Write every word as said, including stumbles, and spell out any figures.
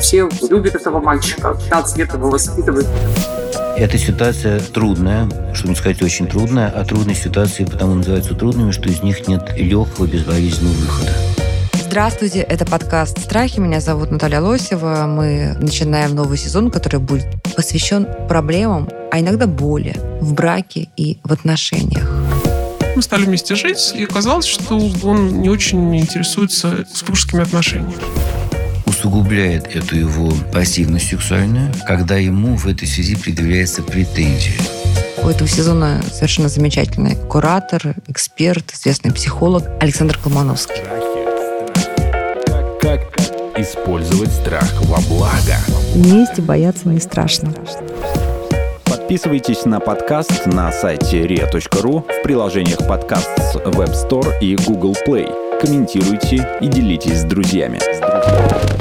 все любят этого мальчика, пятнадцать лет его воспитывают. Эта ситуация трудная, чтобы не сказать очень трудная, а трудные ситуации потому называются трудными, что из них нет легкого, безболезненного выхода. Здравствуйте, это подкаст «Страхи». Меня зовут Наталья Лосева. Мы начинаем новый сезон, который будет посвящен проблемам, а иногда боли в браке и в отношениях. Мы стали вместе жить, и оказалось, что он не очень интересуется супружескими отношениями. Усугубляет эту его пассивность сексуальную, когда ему в этой связи предъявляется претензия. У этого сезона совершенно замечательный куратор, эксперт, известный психолог Александр Колмановский. Как использовать страх во благо? Вместе бояться не страшно. Подписывайтесь на подкаст на сайте риа точка ру, в приложениях подкаст с Web Store и Google Play. Комментируйте и делитесь с друзьями.